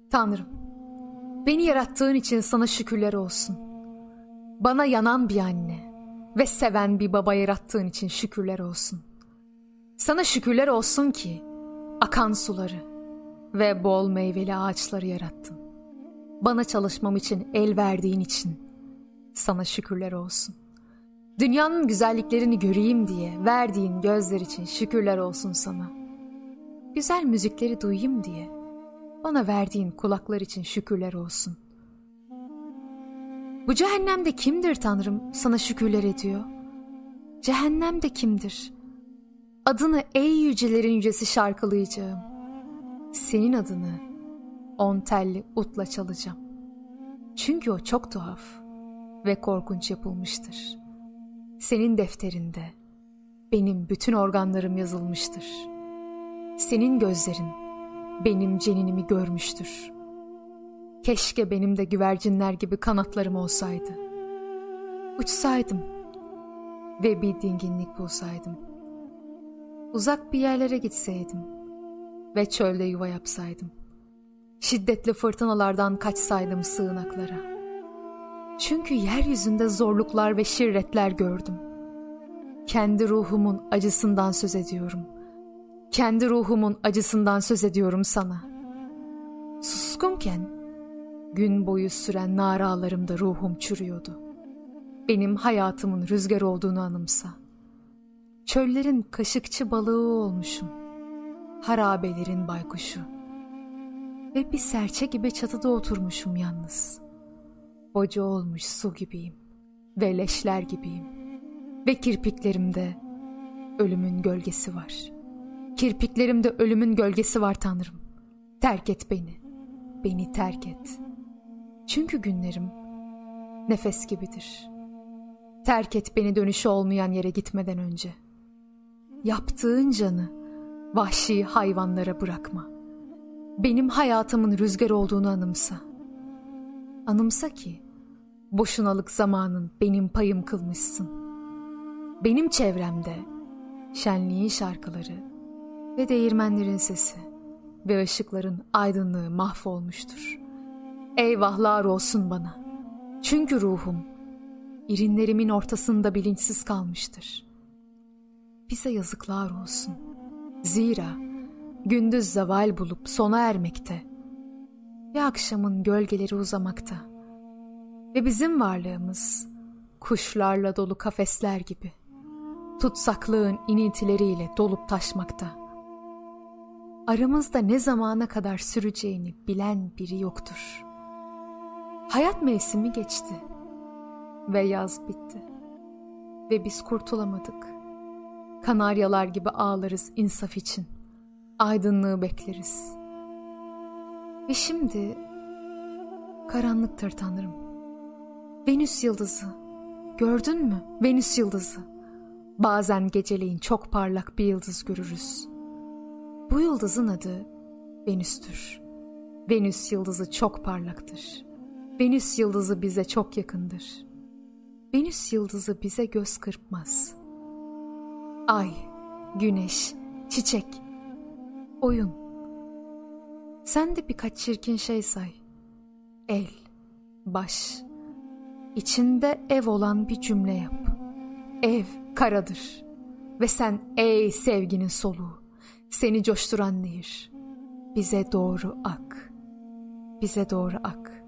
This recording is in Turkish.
Tanrım, beni yarattığın için sana şükürler olsun. Bana yanan bir anne ve seven bir baba yarattığın için şükürler olsun. Sana şükürler olsun ki akan suları ve bol meyveli ağaçları yarattın. Bana çalışmam için el verdiğin için sana şükürler olsun. Dünyanın güzelliklerini göreyim diye verdiğin gözler için şükürler olsun sana. Güzel müzikleri duyayım diye bana verdiğin kulaklar için şükürler olsun. Bu cehennemde kimdir Tanrım sana şükürler ediyor? Cehennemde kimdir? Adını ey yücelerin yücesi şarkılayacağım. Senin adını 10 telli utla çalacağım. Çünkü o çok tuhaf ve korkunç yapılmıştır. Senin defterinde benim bütün organlarım yazılmıştır. Senin gözlerin benim ceninimi görmüştür. Keşke benim de güvercinler gibi kanatlarım olsaydı. Uçsaydım ve bir dinginlik bulsaydım. Uzak bir yerlere gitseydim ve çölde yuva yapsaydım. Şiddetli fırtınalardan kaçsaydım sığınaklara. Çünkü yeryüzünde zorluklar ve şirretler gördüm. Kendi ruhumun acısından söz ediyorum. Kendi ruhumun acısından söz ediyorum sana. Suskunken gün boyu süren naralarımda ruhum çürüyordu. Benim hayatımın rüzgar olduğunu anımsa. Çöllerin kaşıkçı balığı olmuşum. Harabelerin baykuşu. Ve bir serçe gibi çatıda oturmuşum yalnız. Boca olmuş su gibiyim ve leşler gibiyim. Ve kirpiklerimde ölümün gölgesi var. Kirpiklerimde ölümün gölgesi var Tanrım. Terk et beni. Beni terk et. Çünkü günlerim nefes gibidir. Terk et beni dönüşü olmayan yere gitmeden önce. Yaptığın canı vahşi hayvanlara bırakma. Benim hayatımın rüzgar olduğunu anımsa. Anımsa ki boşunalık zamanın benim payım kılmışsın. Benim çevremde şenliğin şarkıları ve değirmenlerin sesi ve ışıkların aydınlığı mahvolmuştur. Eyvahlar olsun bana. Çünkü ruhum irinlerimin ortasında bilinçsiz kalmıştır. Bize yazıklar olsun. Zira gündüz zeval bulup sona ermekte ve akşamın gölgeleri uzamakta ve bizim varlığımız kuşlarla dolu kafesler gibi tutsaklığın inintileriyle dolup taşmakta. Aramızda ne zamana kadar süreceğini bilen biri yoktur. Hayat mevsimi geçti ve yaz bitti ve biz kurtulamadık. Kanaryalar gibi ağlarız insaf için. Aydınlığı bekleriz. Ve şimdi karanlıktır Tanrım. Venüs yıldızı. Gördün mü? Venüs yıldızı. Bazen geceleyin çok parlak bir yıldız görürüz. Bu yıldızın adı Venüs'tür. Venüs yıldızı çok parlaktır. Venüs yıldızı bize çok yakındır. Venüs yıldızı bize göz kırpmaz. Ay, güneş, çiçek, oyun. Sen de birkaç çirkin şey say. El, baş, içinde ev olan bir cümle yap. Ev karadır ve sen ey sevginin soluğu, seni coşturan nehir, bize doğru ak, bize doğru ak.